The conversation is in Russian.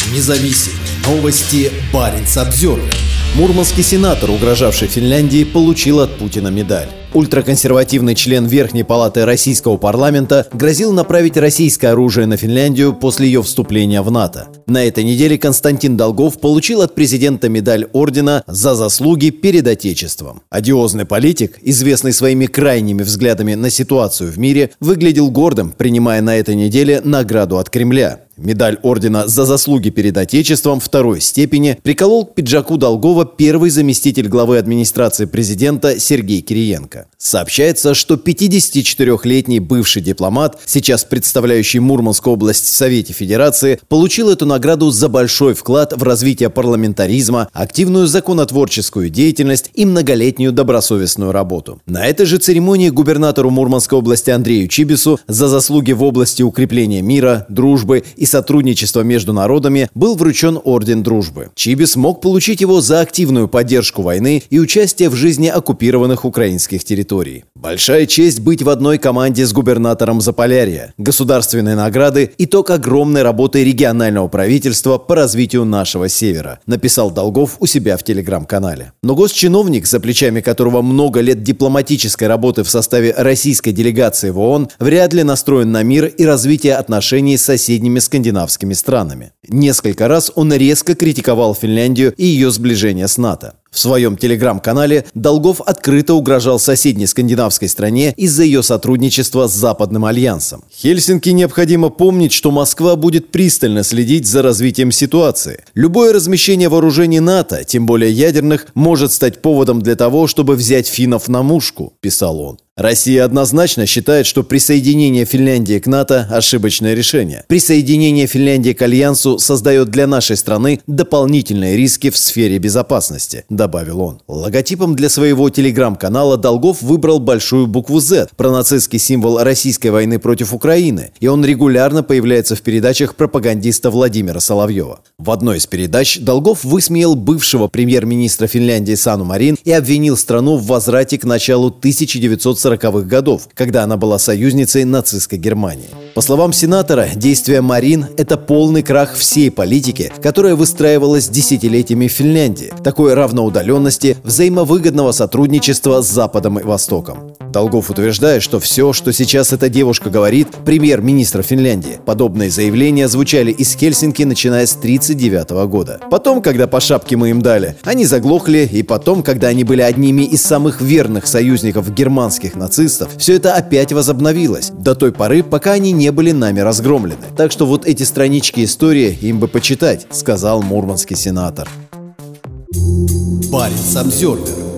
независим. Новости Баренц-Обзервер. Мурманский сенатор, угрожавший Финляндии, получил от Путина медаль. Ультраконсервативный член Верхней палаты российского парламента грозил направить российское оружие на Финляндию после ее вступления в НАТО. На этой неделе Константин Долгов получил от президента медаль ордена за заслуги перед Отечеством. Одиозный политик, известный своими крайними взглядами на ситуацию в мире, выглядел гордым, принимая на этой неделе награду от Кремля. Медаль ордена за заслуги перед Отечеством второй степени приколол к пиджаку Долгова первый заместитель главы администрации президента Сергей Кириенко. Сообщается, что 54-летний бывший дипломат, сейчас представляющий Мурманскую область в Совете Федерации, получил эту награду за большой вклад в развитие парламентаризма, активную законотворческую деятельность и многолетнюю добросовестную работу. На этой же церемонии губернатору Мурманской области Андрею Чибису за заслуги в области укрепления мира, дружбы и сотрудничества между народами был вручен Орден Дружбы. Чибис мог получить его за активную поддержку войны и участие в жизни оккупированных украинских территорий. Большая честь быть в одной команде с губернатором Заполярья. Государственные награды – итог огромной работы регионального правительства по развитию нашего севера, написал Долгов у себя в телеграм-канале. Но госчиновник, за плечами которого много лет дипломатической работы в составе российской делегации в ООН, вряд ли настроен на мир и развитие отношений с соседними скандинавскими странами. Несколько раз он резко критиковал Финляндию и ее сближение с НАТО. В своем телеграм-канале Долгов открыто угрожал соседней скандинавской стране из-за ее сотрудничества с Западным альянсом. Хельсинки необходимо помнить, что Москва будет пристально следить за развитием ситуации. Любое размещение вооружений НАТО, тем более ядерных, может стать поводом для того, чтобы взять финнов на мушку, писал он. Россия однозначно считает, что присоединение Финляндии к НАТО – ошибочное решение. Присоединение Финляндии к Альянсу создает для нашей страны дополнительные риски в сфере безопасности, добавил он. Логотипом для своего телеграм-канала Долгов выбрал большую букву «З», пронацистский символ российской войны против Украины, и он регулярно появляется в передачах пропагандиста Владимира Соловьева. В одной из передач Долгов высмеял бывшего премьер-министра Финляндии Санну Марин и обвинил страну в возврате к началу 1940-х годов, когда она была союзницей нацистской Германии. По словам сенатора, действия Марин – это полный крах всей политики, которая выстраивалась десятилетиями в Финляндии, такой равноудаленности, взаимовыгодного сотрудничества с Западом и Востоком. Долгов утверждает, что все, что сейчас эта девушка говорит, премьер-министр Финляндии. Подобные заявления звучали из Хельсинки, начиная с 1939 года. Потом, когда по шапке мы им дали, они заглохли, и потом, когда они были одними из самых верных союзников германских нацистов, все это опять возобновилось, до той поры, пока они не были нами разгромлены. Так что вот эти странички истории им бы почитать, сказал мурманский сенатор. Баренц-Обзервер.